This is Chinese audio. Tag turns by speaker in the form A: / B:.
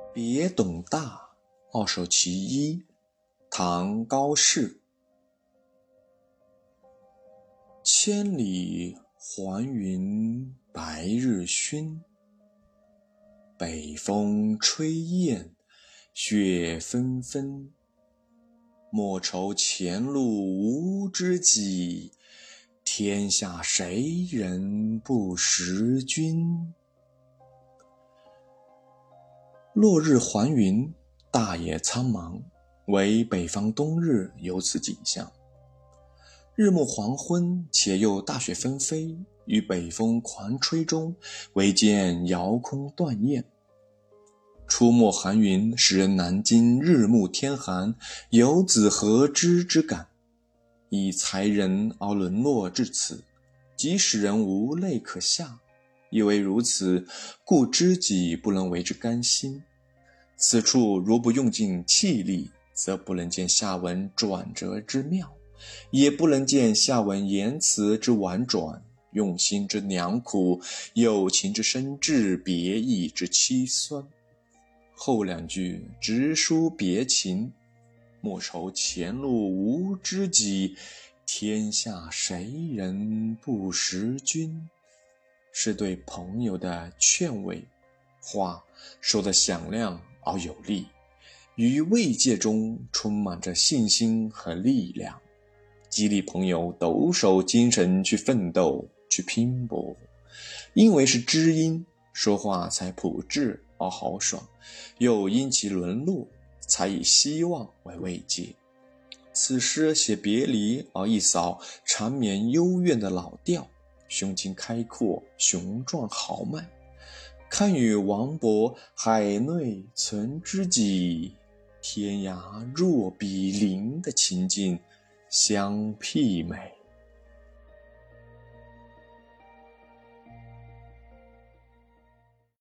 A: 别董大，二首其一，唐·高适。千里还云白日曛，北风吹雁雪纷纷。莫愁前路无知己，天下谁人不识君。落日还云，大野苍茫，惟北方冬日有此景象。日暮黄昏，且又大雪纷飞，于北风狂吹中，唯见遥空断雁。出没寒云，使人难禁日暮天寒，游子何知之感。以才人而沦落至此，即使人无泪可下，亦为如此，故知己不能为之甘心。此处如不用尽气力，则不能见下文转折之妙，也不能见下文言辞之婉转，用心之良苦，友情之深挚，别意之凄酸。后两句直抒别情，莫愁前路无知己，天下谁人不识君，是对朋友的劝慰，话说得响亮而有力，于慰藉中充满着信心和力量，激励朋友抖擞精神去奋斗，去拼搏。因为是知音，说话才朴质而豪爽，又因其沦落，才以希望为慰藉。此诗写别离而一扫缠绵幽怨的老调，胸襟开阔，雄壮豪迈，堪与王勃海内存知己，天涯若比邻的情境相媲美。